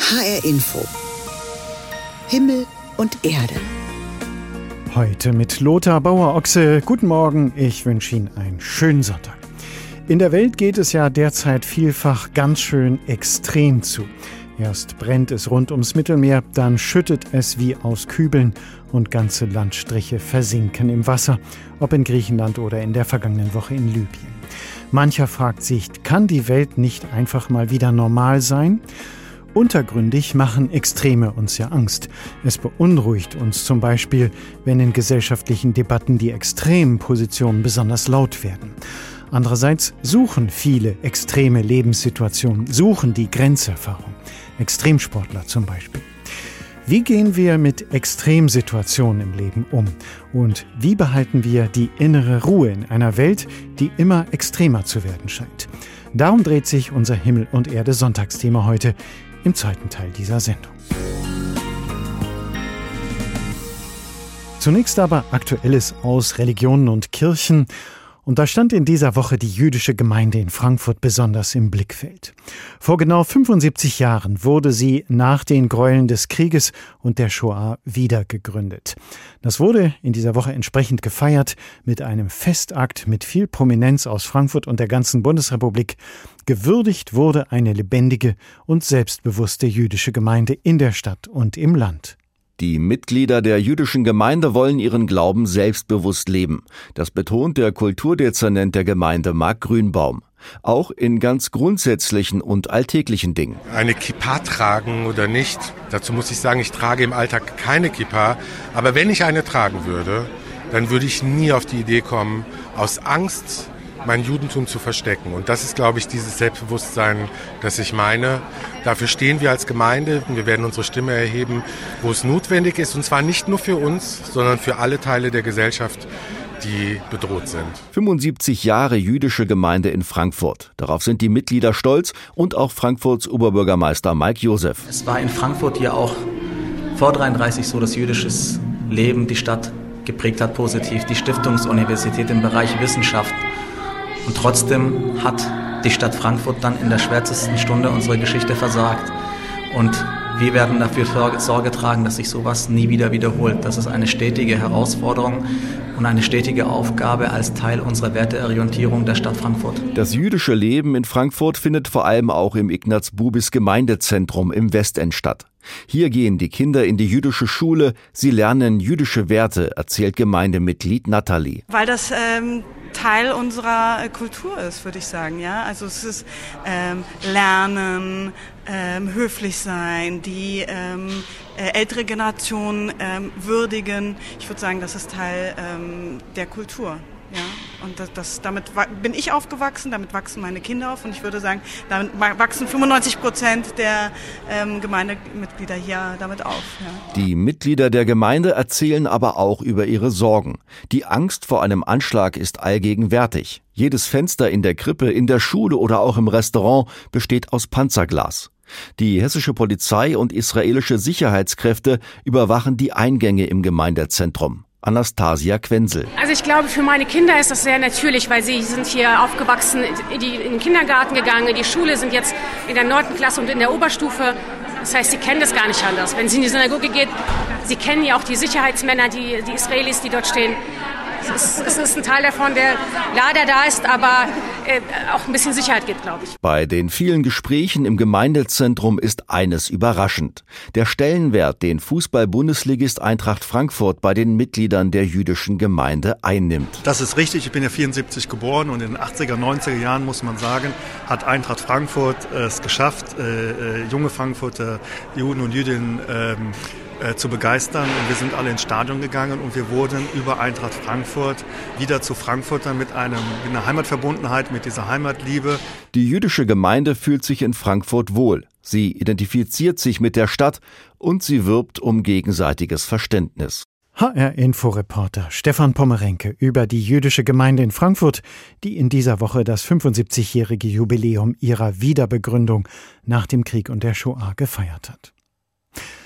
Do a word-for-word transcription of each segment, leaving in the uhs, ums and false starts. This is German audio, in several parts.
H R Info. Himmel und Erde. Heute mit Lothar Bauer-Ochse. Guten Morgen, ich wünsche Ihnen einen schönen Sonntag. In der Welt geht es ja derzeit vielfach ganz schön extrem zu. Erst brennt es rund ums Mittelmeer, dann schüttet es wie aus Kübeln und ganze Landstriche versinken im Wasser, ob in Griechenland oder in der vergangenen Woche in Libyen. Mancher fragt sich, kann die Welt nicht einfach mal wieder normal sein? Untergründig machen Extreme uns ja Angst. Es beunruhigt uns zum Beispiel, wenn in gesellschaftlichen Debatten die extremen Positionen besonders laut werden. Andererseits suchen viele extreme Lebenssituationen, suchen die Grenzerfahrung. Extremsportler zum Beispiel. Wie gehen wir mit Extremsituationen im Leben um? Und wie behalten wir die innere Ruhe in einer Welt, die immer extremer zu werden scheint? Darum dreht sich unser Himmel und Erde Sonntagsthema heute im zweiten Teil dieser Sendung. Zunächst aber Aktuelles aus Religionen und Kirchen. Und da stand in dieser Woche die jüdische Gemeinde in Frankfurt besonders im Blickfeld. Vor genau fünfundsiebzig Jahren wurde sie nach den Gräueln des Krieges und der Shoah wieder gegründet. Das wurde in dieser Woche entsprechend gefeiert mit einem Festakt mit viel Prominenz aus Frankfurt und der ganzen Bundesrepublik. Gewürdigt wurde eine lebendige und selbstbewusste jüdische Gemeinde in der Stadt und im Land. Die Mitglieder der jüdischen Gemeinde wollen ihren Glauben selbstbewusst leben. Das betont der Kulturdezernent der Gemeinde Marc Grünbaum. Auch in ganz grundsätzlichen und alltäglichen Dingen. Eine Kippa tragen oder nicht, dazu muss ich sagen, ich trage im Alltag keine Kippa. Aber wenn ich eine tragen würde, dann würde ich nie auf die Idee kommen, aus Angst mein Judentum zu verstecken. Und das ist, glaube ich, dieses Selbstbewusstsein, das ich meine. Dafür stehen wir als Gemeinde. Wir werden unsere Stimme erheben, wo es notwendig ist. Und zwar nicht nur für uns, sondern für alle Teile der Gesellschaft, die bedroht sind. fünfundsiebzig Jahre jüdische Gemeinde in Frankfurt. Darauf sind die Mitglieder stolz und auch Frankfurts Oberbürgermeister Mike Josef. Es war in Frankfurt ja auch vor dreiunddreißig so, dass jüdisches Leben die Stadt geprägt hat positiv. Die Stiftungsuniversität im Bereich Wissenschaft. Und trotzdem hat die Stadt Frankfurt dann in der schwärzesten Stunde unsere Geschichte versagt. Und wir werden dafür Sorge tragen, dass sich sowas nie wieder wiederholt. Das ist eine stetige Herausforderung und eine stetige Aufgabe als Teil unserer Werteorientierung der Stadt Frankfurt. Das jüdische Leben in Frankfurt findet vor allem auch im Ignaz-Bubis-Gemeindezentrum im Westend statt. Hier gehen die Kinder in die jüdische Schule, sie lernen jüdische Werte, erzählt Gemeindemitglied Nathalie. Weil das ähm, Teil unserer Kultur ist, würde ich sagen. Ja, also es ist ähm, Lernen, ähm, höflich sein, die ähm, äh, ältere Generation ähm, würdigen. Ich würde sagen, das ist Teil ähm, der Kultur. Ja, und das, das, damit bin ich aufgewachsen, damit wachsen meine Kinder auf und ich würde sagen, damit wachsen fünfundneunzig Prozent der ähm, Gemeindemitglieder hier damit auf. Ja. Die Mitglieder der Gemeinde erzählen aber auch über ihre Sorgen. Die Angst vor einem Anschlag ist allgegenwärtig. Jedes Fenster in der Krippe, in der Schule oder auch im Restaurant besteht aus Panzerglas. Die hessische Polizei und israelische Sicherheitskräfte überwachen die Eingänge im Gemeindezentrum. Anastasia Quenzel. Also ich glaube, für meine Kinder ist das sehr natürlich, weil sie sind hier aufgewachsen, in, die, in den Kindergarten gegangen, in die Schule, sind jetzt in der neunten Klasse und in der Oberstufe. Das heißt, sie kennen das gar nicht anders. Wenn sie in die Synagoge geht, sie kennen ja auch die Sicherheitsmänner, die, die Israelis, die dort stehen. Es ist, es ist ein Teil davon, der leider da ist, aber äh, auch ein bisschen Sicherheit gibt, glaube ich. Bei den vielen Gesprächen im Gemeindezentrum ist eines überraschend. Der Stellenwert, den Fußball-Bundesligist Eintracht Frankfurt bei den Mitgliedern der jüdischen Gemeinde einnimmt. Das ist richtig. Ich bin ja vierundsiebzig geboren und in den achtziger, neunziger Jahren, muss man sagen, hat Eintracht Frankfurt äh, es geschafft, äh, äh, junge Frankfurter Juden und Jüdinnen äh, Äh, zu begeistern. Und wir sind alle ins Stadion gegangen und wir wurden über Eintracht Frankfurt wieder zu Frankfurtern mit, einem, mit einer Heimatverbundenheit, mit dieser Heimatliebe. Die jüdische Gemeinde fühlt sich in Frankfurt wohl. Sie identifiziert sich mit der Stadt und sie wirbt um gegenseitiges Verständnis. H R-Info-Reporter Stefan Pommerenke über die jüdische Gemeinde in Frankfurt, die in dieser Woche das fünfundsiebzigjährige Jubiläum ihrer Wiederbegründung nach dem Krieg und der Shoah gefeiert hat.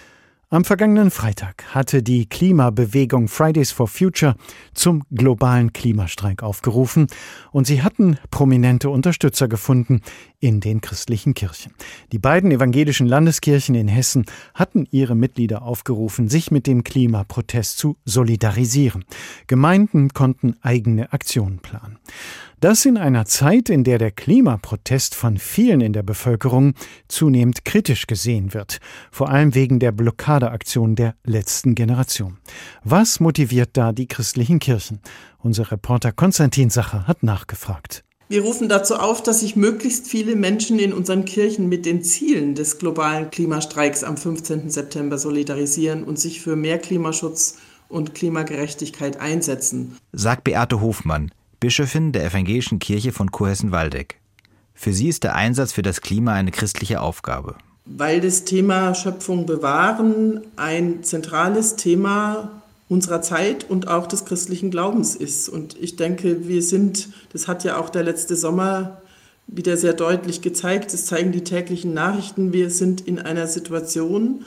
Am vergangenen Freitag hatte die Klimabewegung Fridays for Future zum globalen Klimastreik aufgerufen und sie hatten prominente Unterstützer gefunden in den christlichen Kirchen. Die beiden evangelischen Landeskirchen in Hessen hatten ihre Mitglieder aufgerufen, sich mit dem Klimaprotest zu solidarisieren. Gemeinden konnten eigene Aktionen planen. Das in einer Zeit, in der der Klimaprotest von vielen in der Bevölkerung zunehmend kritisch gesehen wird, vor allem wegen der Blockadeaktion der letzten Generation. Was motiviert da die christlichen Kirchen? Unser Reporter Konstantin Sacher hat nachgefragt. Wir rufen dazu auf, dass sich möglichst viele Menschen in unseren Kirchen mit den Zielen des globalen Klimastreiks am fünfzehnten September solidarisieren und sich für mehr Klimaschutz und Klimagerechtigkeit einsetzen, sagt Beate Hofmann, Bischöfin der Evangelischen Kirche von Kurhessen-Waldeck. Für sie ist der Einsatz für das Klima eine christliche Aufgabe. Weil das Thema Schöpfung bewahren ein zentrales Thema unserer Zeit und auch des christlichen Glaubens ist. Und ich denke, wir sind, das hat ja auch der letzte Sommer wieder sehr deutlich gezeigt, das zeigen die täglichen Nachrichten, wir sind in einer Situation,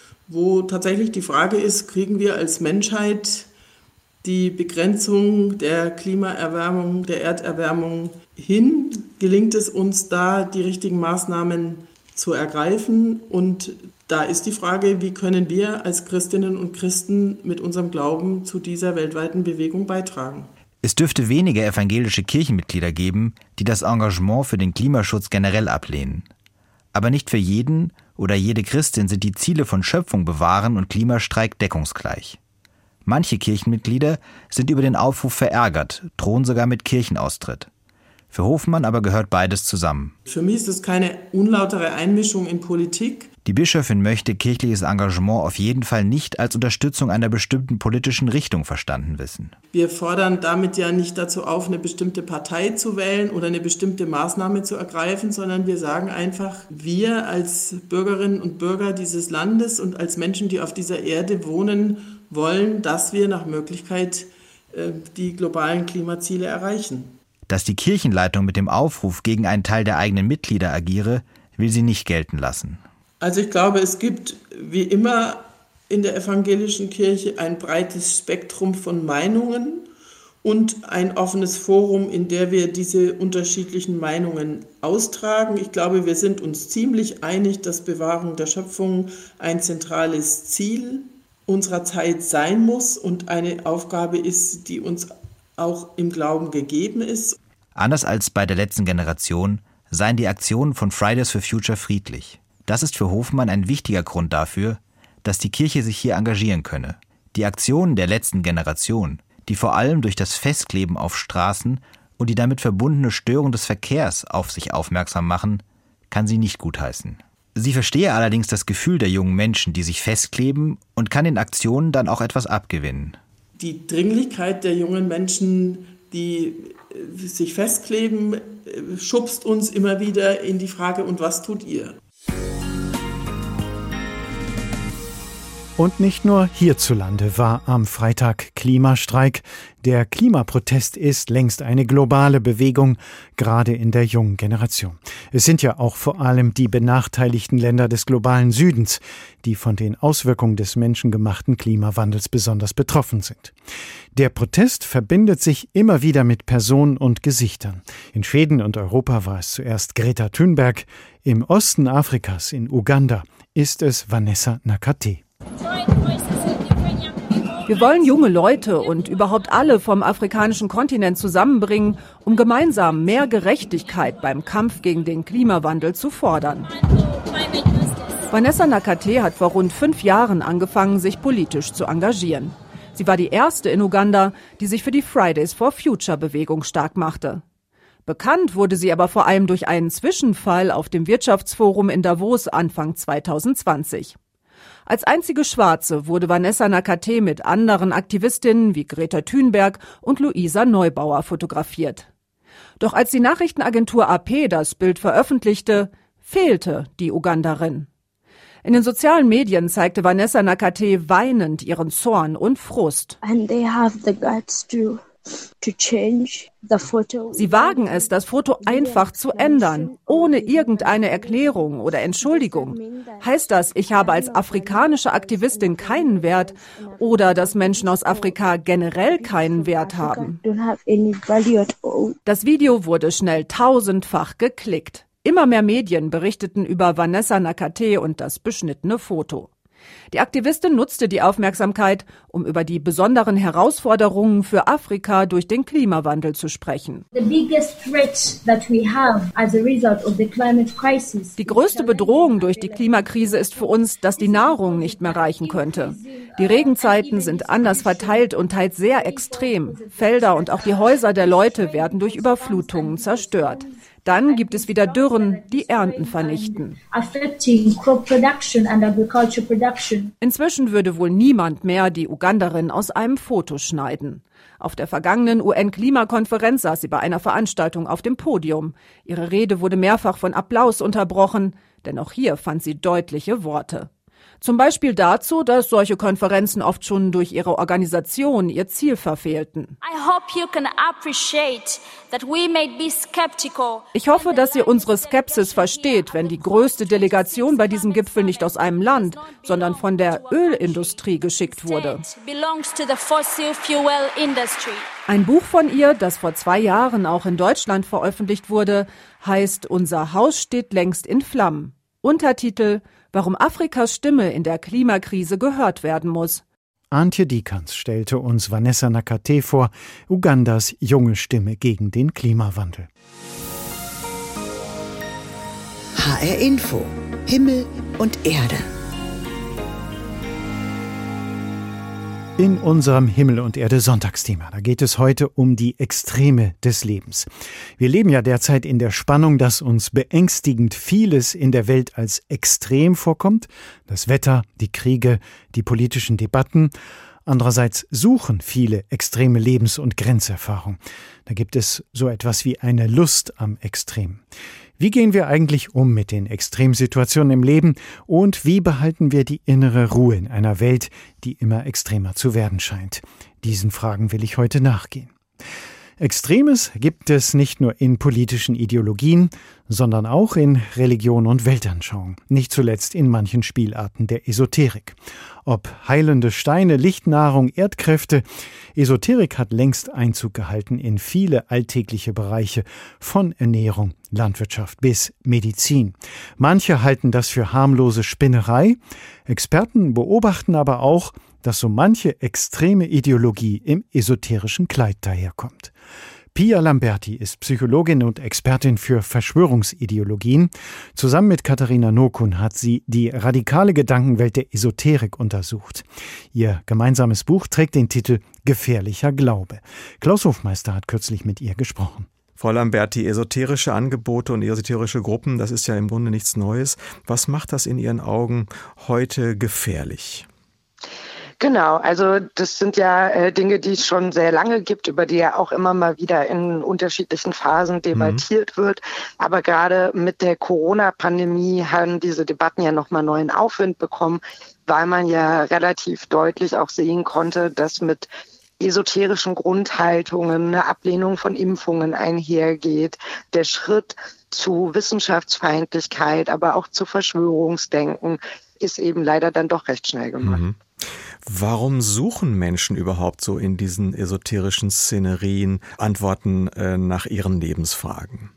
wo tatsächlich die Frage ist, kriegen wir als Menschheit die Begrenzung der Klimaerwärmung, der Erderwärmung hin? Gelingt es uns da, die richtigen Maßnahmen zu ergreifen? Und da ist die Frage, wie können wir als Christinnen und Christen mit unserem Glauben zu dieser weltweiten Bewegung beitragen? Es dürfte weniger evangelische Kirchenmitglieder geben, die das Engagement für den Klimaschutz generell ablehnen. Aber nicht für jeden oder jede Christin sind die Ziele von Schöpfung bewahren und Klimastreik deckungsgleich. Manche Kirchenmitglieder sind über den Aufruf verärgert, drohen sogar mit Kirchenaustritt. Für Hofmann aber gehört beides zusammen. Für mich ist es keine unlautere Einmischung in Politik. Die Bischöfin möchte kirchliches Engagement auf jeden Fall nicht als Unterstützung einer bestimmten politischen Richtung verstanden wissen. Wir fordern damit ja nicht dazu auf, eine bestimmte Partei zu wählen oder eine bestimmte Maßnahme zu ergreifen, sondern wir sagen einfach, wir als Bürgerinnen und Bürger dieses Landes und als Menschen, die auf dieser Erde wohnen, wollen, dass wir nach Möglichkeit äh, die globalen Klimaziele erreichen. Dass die Kirchenleitung mit dem Aufruf gegen einen Teil der eigenen Mitglieder agiere, will sie nicht gelten lassen. Also ich glaube, es gibt wie immer in der evangelischen Kirche ein breites Spektrum von Meinungen und ein offenes Forum, in der wir diese unterschiedlichen Meinungen austragen. Ich glaube, wir sind uns ziemlich einig, dass Bewahrung der Schöpfung ein zentrales Ziel unserer Zeit sein muss und eine Aufgabe ist, die uns auch im Glauben gegeben ist. Anders als bei der letzten Generation seien die Aktionen von Fridays for Future friedlich. Das ist für Hofmann ein wichtiger Grund dafür, dass die Kirche sich hier engagieren könne. Die Aktionen der letzten Generation, die vor allem durch das Festkleben auf Straßen und die damit verbundene Störung des Verkehrs auf sich aufmerksam machen, kann sie nicht gutheißen. Sie verstehe allerdings das Gefühl der jungen Menschen, die sich festkleben, und kann den Aktionen dann auch etwas abgewinnen. Die Dringlichkeit der jungen Menschen, die sich festkleben, schubst uns immer wieder in die Frage, und was tut ihr? Und nicht nur hierzulande war am Freitag Klimastreik. Der Klimaprotest ist längst eine globale Bewegung, gerade in der jungen Generation. Es sind ja auch vor allem die benachteiligten Länder des globalen Südens, die von den Auswirkungen des menschengemachten Klimawandels besonders betroffen sind. Der Protest verbindet sich immer wieder mit Personen und Gesichtern. In Schweden und Europa war es zuerst Greta Thunberg, im Osten Afrikas, in Uganda, ist es Vanessa Nakate. Wir wollen junge Leute und überhaupt alle vom afrikanischen Kontinent zusammenbringen, um gemeinsam mehr Gerechtigkeit beim Kampf gegen den Klimawandel zu fordern. Vanessa Nakate hat vor rund fünf Jahren angefangen, sich politisch zu engagieren. Sie war die erste in Uganda, die sich für die Fridays for Future Bewegung stark machte. Bekannt wurde sie aber vor allem durch einen Zwischenfall auf dem Wirtschaftsforum in Davos Anfang zweitausendzwanzig. Als einzige Schwarze wurde Vanessa Nakate mit anderen Aktivistinnen wie Greta Thunberg und Luisa Neubauer fotografiert. Doch als die Nachrichtenagentur A P das Bild veröffentlichte, fehlte die Uganderin. In den sozialen Medien zeigte Vanessa Nakate weinend ihren Zorn und Frust. And they have the guts to Sie wagen es, das Foto einfach zu ändern, ohne irgendeine Erklärung oder Entschuldigung. Heißt das, ich habe als afrikanische Aktivistin keinen Wert oder dass Menschen aus Afrika generell keinen Wert haben? Das Video wurde schnell tausendfach geklickt. Immer mehr Medien berichteten über Vanessa Nakate und das beschnittene Foto. Die Aktivistin nutzte die Aufmerksamkeit, um über die besonderen Herausforderungen für Afrika durch den Klimawandel zu sprechen. Die größte Bedrohung durch die Klimakrise ist für uns, dass die Nahrung nicht mehr reichen könnte. Die Regenzeiten sind anders verteilt und teils sehr extrem. Felder und auch die Häuser der Leute werden durch Überflutungen zerstört. Dann gibt es wieder Dürren, die Ernten vernichten. Inzwischen würde wohl niemand mehr die Uganderin aus einem Foto schneiden. Auf der vergangenen U N-Klimakonferenz saß sie bei einer Veranstaltung auf dem Podium. Ihre Rede wurde mehrfach von Applaus unterbrochen, denn auch hier fand sie deutliche Worte. Zum Beispiel dazu, dass solche Konferenzen oft schon durch ihre Organisation ihr Ziel verfehlten. Ich hoffe, dass ihr unsere Skepsis versteht, wenn die größte Delegation bei diesem Gipfel nicht aus einem Land, sondern von der Ölindustrie geschickt wurde. Ein Buch von ihr, das vor zwei Jahren auch in Deutschland veröffentlicht wurde, heißt »Unser Haus steht längst in Flammen«. Untertitel: Warum Afrikas Stimme in der Klimakrise gehört werden muss. Antje Dikans stellte uns Vanessa Nakate vor, Ugandas junge Stimme gegen den Klimawandel. H R Info: Himmel und Erde. In unserem Himmel und Erde Sonntagsthema, da geht es heute um die Extreme des Lebens. Wir leben ja derzeit in der Spannung, dass uns beängstigend vieles in der Welt als extrem vorkommt. Das Wetter, die Kriege, die politischen Debatten. Andererseits suchen viele extreme Lebens- und Grenzerfahrung. Da gibt es so etwas wie eine Lust am Extrem. Wie gehen wir eigentlich um mit den Extremsituationen im Leben und wie behalten wir die innere Ruhe in einer Welt, die immer extremer zu werden scheint? Diesen Fragen will ich heute nachgehen. Extremes gibt es nicht nur in politischen Ideologien, sondern auch in Religion und Weltanschauung, nicht zuletzt in manchen Spielarten der Esoterik. Ob heilende Steine, Lichtnahrung, Erdkräfte, Esoterik hat längst Einzug gehalten in viele alltägliche Bereiche, von Ernährung, Landwirtschaft bis Medizin. Manche halten das für harmlose Spinnerei, Experten beobachten aber auch, dass so manche extreme Ideologie im esoterischen Kleid daherkommt. Pia Lamberti ist Psychologin und Expertin für Verschwörungsideologien. Zusammen mit Katharina Nokun hat sie die radikale Gedankenwelt der Esoterik untersucht. Ihr gemeinsames Buch trägt den Titel »Gefährlicher Glaube«. Klaus Hofmeister hat kürzlich mit ihr gesprochen. Frau Lamberti, esoterische Angebote und esoterische Gruppen, das ist ja im Grunde nichts Neues. Was macht das in Ihren Augen heute gefährlich? Genau, also das sind ja äh, Dinge, die es schon sehr lange gibt, über die ja auch immer mal wieder in unterschiedlichen Phasen debattiert mhm. wird. Aber gerade mit der Corona-Pandemie haben diese Debatten ja nochmal neuen Aufwind bekommen, weil man ja relativ deutlich auch sehen konnte, dass mit esoterischen Grundhaltungen eine Ablehnung von Impfungen einhergeht, der Schritt zu Wissenschaftsfeindlichkeit, aber auch zu Verschwörungsdenken ist eben leider dann doch recht schnell gemacht. Mhm. Warum suchen Menschen überhaupt so in diesen esoterischen Szenerien Antworten äh, nach ihren Lebensfragen?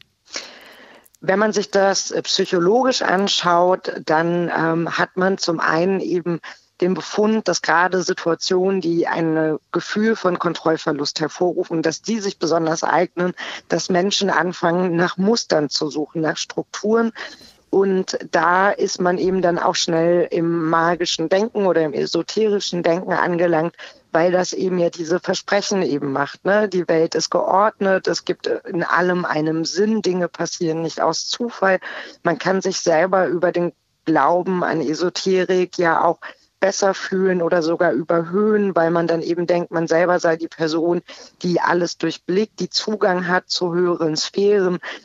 Wenn man sich das psychologisch anschaut, dann ähm, hat man zum einen eben den Befund, dass gerade Situationen, die ein Gefühl von Kontrollverlust hervorrufen, dass die sich besonders eignen, dass Menschen anfangen, nach Mustern zu suchen, nach Strukturen. Und da ist man eben dann auch schnell im magischen Denken oder im esoterischen Denken angelangt, weil das eben ja diese Versprechen eben macht. Ne? Die Welt ist geordnet, es gibt in allem einen Sinn, Dinge passieren nicht aus Zufall. Man kann sich selber über den Glauben an Esoterik ja auch besser fühlen oder sogar überhöhen, weil man dann eben denkt, man selber sei die Person, die alles durchblickt, die Zugang hat zu höheren Sphären,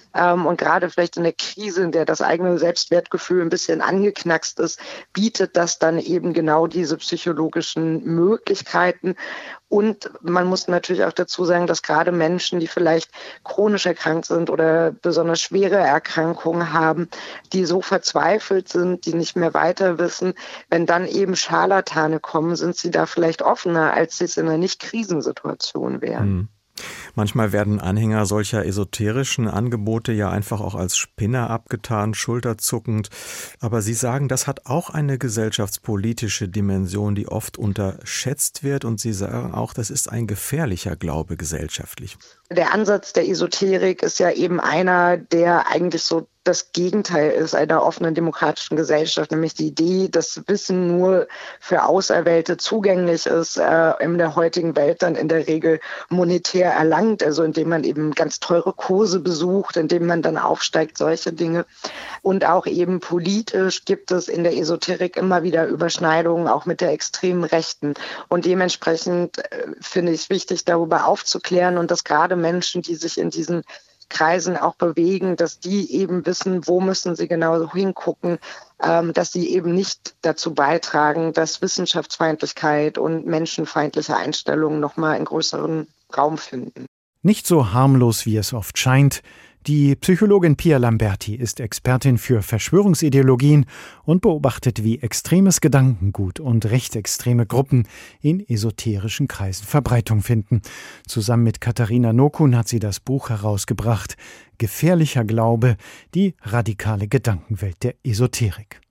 Ähm, und gerade vielleicht in der Krise, in der das eigene Selbstwertgefühl ein bisschen angeknackst ist, bietet das dann eben genau diese psychologischen Möglichkeiten. Und man muss natürlich auch dazu sagen, dass gerade Menschen, die vielleicht chronisch erkrankt sind oder besonders schwere Erkrankungen haben, die so verzweifelt sind, die nicht mehr weiter wissen, wenn dann eben Scharlatane kommen, sind sie da vielleicht offener, als sie es in einer Nicht-Krisensituation wären. Hm. Manchmal werden Anhänger solcher esoterischen Angebote ja einfach auch als Spinner abgetan, schulterzuckend. Aber Sie sagen, das hat auch eine gesellschaftspolitische Dimension, die oft unterschätzt wird. Und Sie sagen auch, das ist ein gefährlicher Glaube gesellschaftlich. Der Ansatz der Esoterik ist ja eben einer, der eigentlich so das Gegenteil ist einer offenen demokratischen Gesellschaft, nämlich die Idee, dass Wissen nur für Auserwählte zugänglich ist, äh, in der heutigen Welt dann in der Regel monetär erlangt, also indem man eben ganz teure Kurse besucht, indem man dann aufsteigt, solche Dinge. Und auch eben politisch gibt es in der Esoterik immer wieder Überschneidungen, auch mit der extremen Rechten. Und dementsprechend äh, finde ich es wichtig, darüber aufzuklären und dass gerade Menschen, die sich in diesen Kreisen auch bewegen, dass die eben wissen, wo müssen sie genau hingucken, ähm, dass sie eben nicht dazu beitragen, dass Wissenschaftsfeindlichkeit und menschenfeindliche Einstellungen nochmal einen größeren Raum finden. Nicht so harmlos, wie es oft scheint. Die Psychologin Pia Lamberti ist Expertin für Verschwörungsideologien und beobachtet, wie extremes Gedankengut und rechtsextreme Gruppen in esoterischen Kreisen Verbreitung finden. Zusammen mit Katharina Nokun hat sie das Buch herausgebracht, Gefährlicher Glaube, die radikale Gedankenwelt der Esoterik.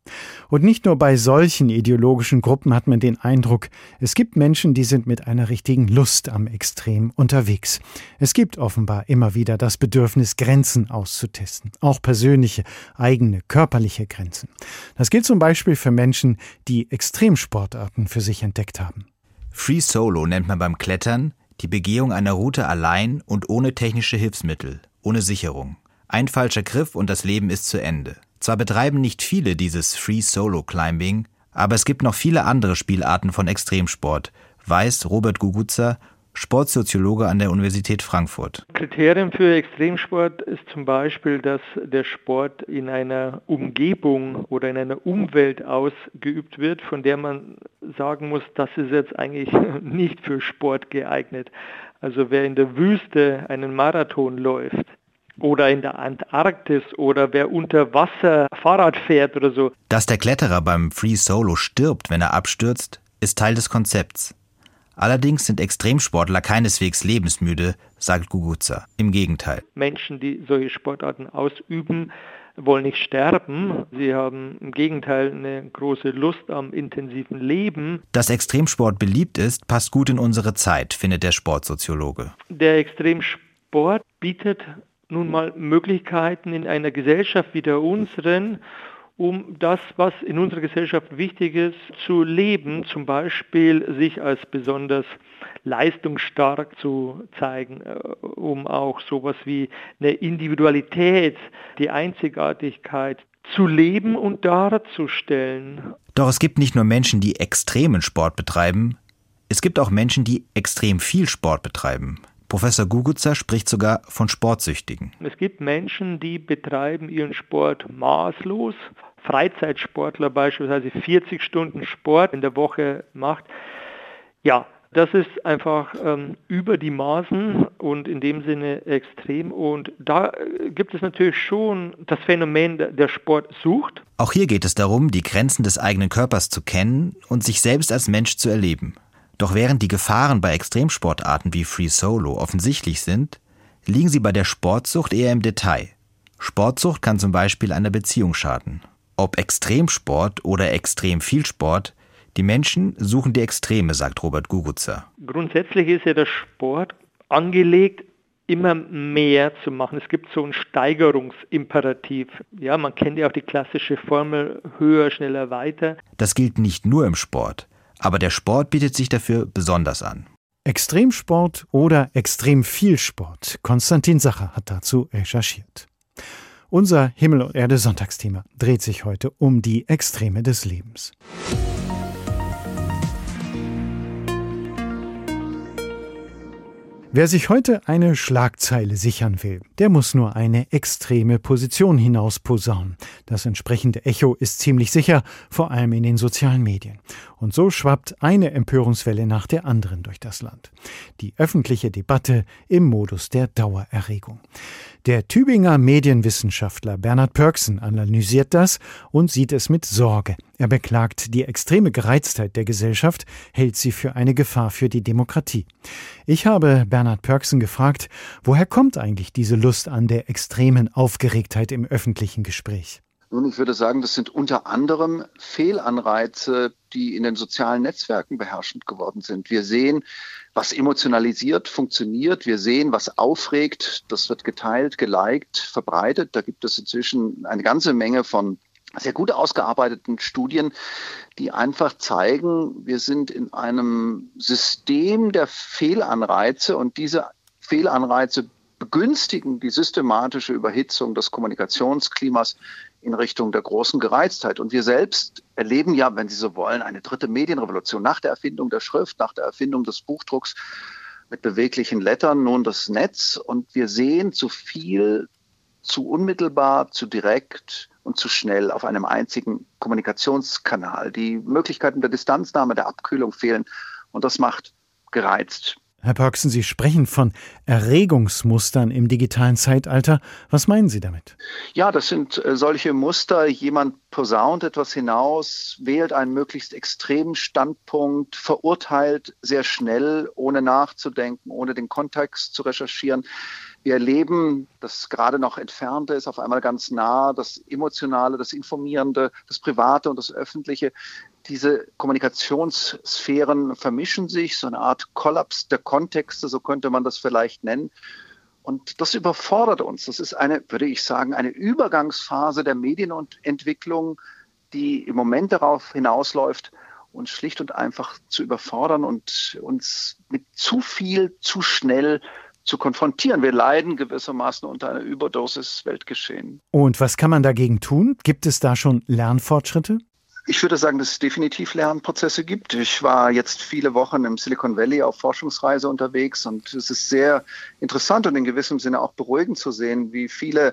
Und nicht nur bei solchen ideologischen Gruppen hat man den Eindruck, es gibt Menschen, die sind mit einer richtigen Lust am Extrem unterwegs. Es gibt offenbar immer wieder das Bedürfnis, Grenzen auszutesten, auch persönliche, eigene, körperliche Grenzen. Das gilt zum Beispiel für Menschen, die Extremsportarten für sich entdeckt haben. Free Solo nennt man beim Klettern die Begehung einer Route allein und ohne technische Hilfsmittel, ohne Sicherung. Ein falscher Griff und das Leben ist zu Ende. Zwar betreiben nicht viele dieses Free Solo Climbing, aber es gibt noch viele andere Spielarten von Extremsport, weiß Robert Guguza, Sportsoziologe an der Universität Frankfurt. Kriterium für Extremsport ist zum Beispiel, dass der Sport in einer Umgebung oder in einer Umwelt ausgeübt wird, von der man sagen muss, das ist jetzt eigentlich nicht für Sport geeignet. Also wer in der Wüste einen Marathon läuft, oder in der Antarktis oder wer unter Wasser Fahrrad fährt oder so. Dass der Kletterer beim Free Solo stirbt, wenn er abstürzt, ist Teil des Konzepts. Allerdings sind Extremsportler keineswegs lebensmüde, sagt Guguza. Im Gegenteil. Menschen, die solche Sportarten ausüben, wollen nicht sterben. Sie haben im Gegenteil eine große Lust am intensiven Leben. Dass Extremsport beliebt ist, passt gut in unsere Zeit, findet der Sportsoziologe. Der Extremsport bietet nun mal Möglichkeiten in einer Gesellschaft wie der unseren, um das, was in unserer Gesellschaft wichtig ist, zu leben, zum Beispiel sich als besonders leistungsstark zu zeigen, um auch sowas wie eine Individualität, die Einzigartigkeit zu leben und darzustellen. Doch es gibt nicht nur Menschen, die extremen Sport betreiben, es gibt auch Menschen, die extrem viel Sport betreiben. Professor Guguza spricht sogar von Sportsüchtigen. Es gibt Menschen, die betreiben ihren Sport maßlos. Freizeitsportler beispielsweise vierzig Stunden Sport in der Woche macht. Ja, das ist einfach ähm, über die Maßen und in dem Sinne extrem. Und da gibt es natürlich schon das Phänomen, der Sport sucht. Auch hier geht es darum, die Grenzen des eigenen Körpers zu kennen und sich selbst als Mensch zu erleben. Doch während die Gefahren bei Extremsportarten wie Free Solo offensichtlich sind, liegen sie bei der Sportsucht eher im Detail. Sportsucht kann zum Beispiel einer Beziehung schaden. Ob Extremsport oder extrem viel Sport, die Menschen suchen die Extreme, sagt Robert Guguza. Grundsätzlich ist ja der Sport angelegt, immer mehr zu machen. Es gibt so einen Steigerungsimperativ. Ja, man kennt ja auch die klassische Formel höher, schneller, weiter. Das gilt nicht nur im Sport. Aber der Sport bietet sich dafür besonders an. Extremsport oder extrem viel Sport? Konstantin Sacher hat dazu recherchiert. Unser Himmel und Erde Sonntagsthema dreht sich heute um die Extreme des Lebens. Wer sich heute eine Schlagzeile sichern will, der muss nur eine extreme Position hinausposaunen. Das entsprechende Echo ist ziemlich sicher, vor allem in den sozialen Medien. Und so schwappt eine Empörungswelle nach der anderen durch das Land. Die öffentliche Debatte im Modus der Dauererregung. Der Tübinger Medienwissenschaftler Bernhard Pörksen analysiert das und sieht es mit Sorge. Er beklagt, die extreme Gereiztheit der Gesellschaft hält sie für eine Gefahr für die Demokratie. Ich habe Bernhard Pörksen gefragt, woher kommt eigentlich diese Lust an der extremen Aufgeregtheit im öffentlichen Gespräch? Nun, ich würde sagen, das sind unter anderem Fehlanreize, die in den sozialen Netzwerken beherrschend geworden sind. Wir sehen, was emotionalisiert, funktioniert. Wir sehen, was aufregt. Das wird geteilt, geliked, verbreitet. Da gibt es inzwischen eine ganze Menge von sehr gut ausgearbeiteten Studien, die einfach zeigen, wir sind in einem System der Fehlanreize und diese Fehlanreize begünstigen die systematische Überhitzung des Kommunikationsklimas in Richtung der großen Gereiztheit. Und wir selbst erleben ja, wenn Sie so wollen, eine dritte Medienrevolution nach der Erfindung der Schrift, nach der Erfindung des Buchdrucks mit beweglichen Lettern, nun das Netz. Und wir sehen zu viel, zu unmittelbar, zu direkt und zu schnell auf einem einzigen Kommunikationskanal. Die Möglichkeiten der Distanznahme, der Abkühlung fehlen und das macht gereizt. Herr Pörksen, Sie sprechen von Erregungsmustern im digitalen Zeitalter. Was meinen Sie damit? Ja, das sind äh, solche Muster. Jemand posaunt etwas hinaus, wählt einen möglichst extremen Standpunkt, verurteilt sehr schnell, ohne nachzudenken, ohne den Kontext zu recherchieren. Wir erleben, das gerade noch Entfernte ist auf einmal ganz nah, das Emotionale, das Informierende, das Private und das Öffentliche. Diese Kommunikationssphären vermischen sich, so eine Art Kollaps der Kontexte, so könnte man das vielleicht nennen. Und das überfordert uns. Das ist eine, würde ich sagen, eine Übergangsphase der Medienentwicklung, die im Moment darauf hinausläuft, uns schlicht und einfach zu überfordern und uns mit zu viel, zu schnell zu konfrontieren. Wir leiden gewissermaßen unter einer Überdosis Weltgeschehen. Und was kann man dagegen tun? Gibt es da schon Lernfortschritte? Ich würde sagen, dass es definitiv Lernprozesse gibt. Ich war jetzt viele Wochen im Silicon Valley auf Forschungsreise unterwegs und es ist sehr interessant und in gewissem Sinne auch beruhigend zu sehen, wie viele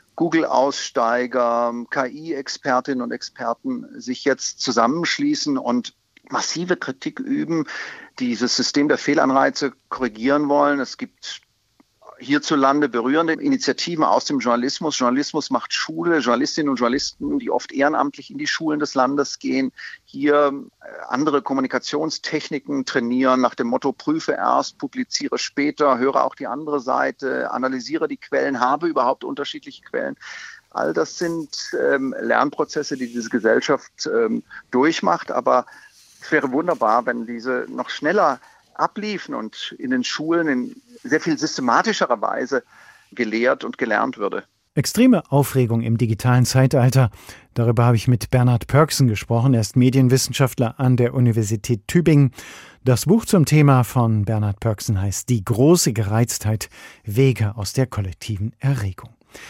Google-Aussteiger, K I-Expertinnen und Experten sich jetzt zusammenschließen und massive Kritik üben, dieses System der Fehlanreize korrigieren wollen. Es gibt hierzulande berührende Initiativen aus dem Journalismus. Journalismus macht Schule, Journalistinnen und Journalisten, die oft ehrenamtlich in die Schulen des Landes gehen, hier andere Kommunikationstechniken trainieren, nach dem Motto, prüfe erst, publiziere später, höre auch die andere Seite, analysiere die Quellen, habe überhaupt unterschiedliche Quellen. All das sind ähm, Lernprozesse, die diese Gesellschaft ähm, durchmacht, aber es wäre wunderbar, wenn diese noch schneller abliefen und in den Schulen in sehr viel systematischerer Weise gelehrt und gelernt würde. Extreme Aufregung im digitalen Zeitalter. Darüber habe ich mit Bernhard Pörksen gesprochen. Er ist Medienwissenschaftler an der Universität Tübingen. Das Buch zum Thema von Bernhard Pörksen heißt Die große Gereiztheit – Wege aus der kollektiven Erregung.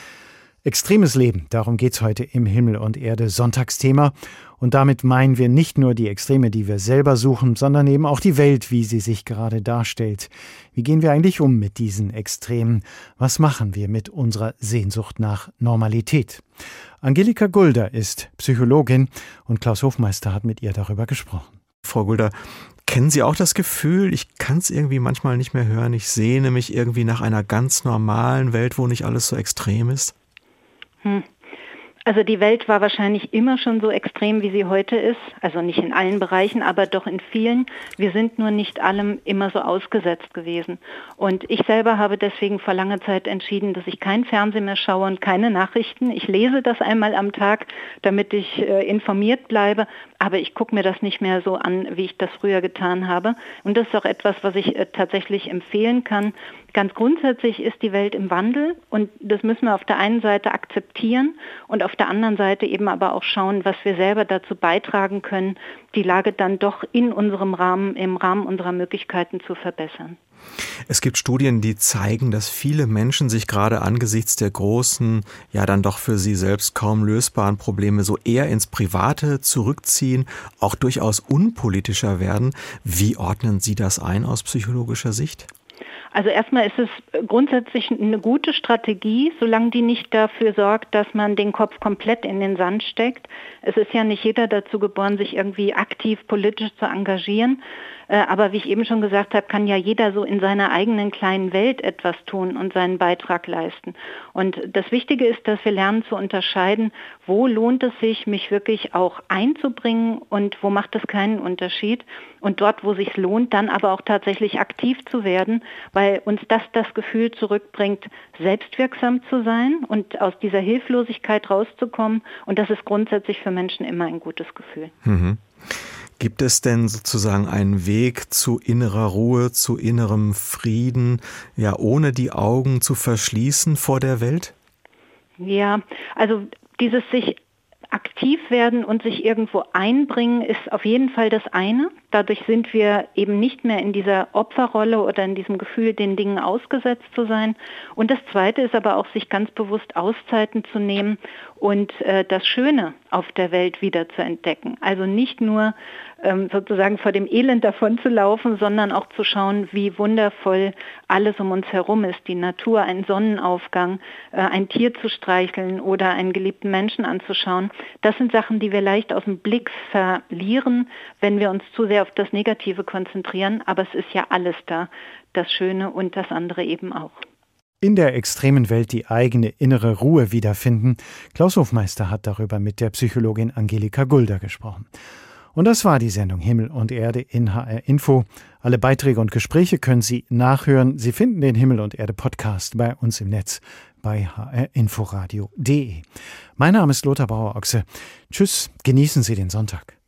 Extremes Leben, darum geht's heute im Himmel und Erde Sonntagsthema. Und damit meinen wir nicht nur die Extreme, die wir selber suchen, sondern eben auch die Welt, wie sie sich gerade darstellt. Wie gehen wir eigentlich um mit diesen Extremen? Was machen wir mit unserer Sehnsucht nach Normalität? Angelika Gulder ist Psychologin und Klaus Hofmeister hat mit ihr darüber gesprochen. Frau Gulder, kennen Sie auch das Gefühl, ich kann es irgendwie manchmal nicht mehr hören, ich sehne mich irgendwie nach einer ganz normalen Welt, wo nicht alles so extrem ist? Hm. Also die Welt war wahrscheinlich immer schon so extrem, wie sie heute ist. Also nicht in allen Bereichen, aber doch in vielen. Wir sind nur nicht allem immer so ausgesetzt gewesen. Und ich selber habe deswegen vor langer Zeit entschieden, dass ich kein Fernsehen mehr schaue und keine Nachrichten. Ich lese das einmal am Tag, damit ich äh, informiert bleibe. Aber ich gucke mir das nicht mehr so an, wie ich das früher getan habe. Und das ist auch etwas, was ich äh, tatsächlich empfehlen kann. Ganz grundsätzlich ist die Welt im Wandel und das müssen wir auf der einen Seite akzeptieren und auf der anderen Seite eben aber auch schauen, was wir selber dazu beitragen können, die Lage dann doch in unserem Rahmen, im Rahmen unserer Möglichkeiten zu verbessern. Es gibt Studien, die zeigen, dass viele Menschen sich gerade angesichts der großen, ja dann doch für sie selbst kaum lösbaren Probleme so eher ins Private zurückziehen, auch durchaus unpolitischer werden. Wie ordnen Sie das ein aus psychologischer Sicht? Also erstmal ist es grundsätzlich eine gute Strategie, solange die nicht dafür sorgt, dass man den Kopf komplett in den Sand steckt. Es ist ja nicht jeder dazu geboren, sich irgendwie aktiv politisch zu engagieren. Aber wie ich eben schon gesagt habe, kann ja jeder so in seiner eigenen kleinen Welt etwas tun und seinen Beitrag leisten. Und das Wichtige ist, dass wir lernen zu unterscheiden, wo lohnt es sich, mich wirklich auch einzubringen und wo macht es keinen Unterschied. Und dort, wo es sich lohnt, dann aber auch tatsächlich aktiv zu werden, weil uns das das Gefühl zurückbringt, selbstwirksam zu sein und aus dieser Hilflosigkeit rauszukommen. Und das ist grundsätzlich für Menschen immer ein gutes Gefühl. Mhm. Gibt es denn sozusagen einen Weg zu innerer Ruhe, zu innerem Frieden, ja, ohne die Augen zu verschließen vor der Welt? Ja, also dieses sich aktiv werden und sich irgendwo einbringen ist auf jeden Fall das eine. Dadurch sind wir eben nicht mehr in dieser Opferrolle oder in diesem Gefühl, den Dingen ausgesetzt zu sein. Und das Zweite ist aber auch, sich ganz bewusst Auszeiten zu nehmen und äh, das Schöne auf der Welt wieder zu entdecken. Also nicht nur ähm, sozusagen vor dem Elend davon zu laufen, sondern auch zu schauen, wie wundervoll alles um uns herum ist. Die Natur, ein Sonnenaufgang, äh, ein Tier zu streicheln oder einen geliebten Menschen anzuschauen. Das sind Sachen, die wir leicht aus dem Blick verlieren, wenn wir uns zu sehr auf das Negative konzentrieren. Aber es ist ja alles da, das Schöne und das andere eben auch. In der extremen Welt die eigene innere Ruhe wiederfinden. Klaus Hofmeister hat darüber mit der Psychologin Angelika Gulder gesprochen. Und das war die Sendung Himmel und Erde in H R Info. Alle Beiträge und Gespräche können Sie nachhören. Sie finden den Himmel und Erde Podcast bei uns im Netz bei h r inforadio punkt d e. Mein Name ist Lothar Bauer-Ochse. Tschüss, genießen Sie den Sonntag.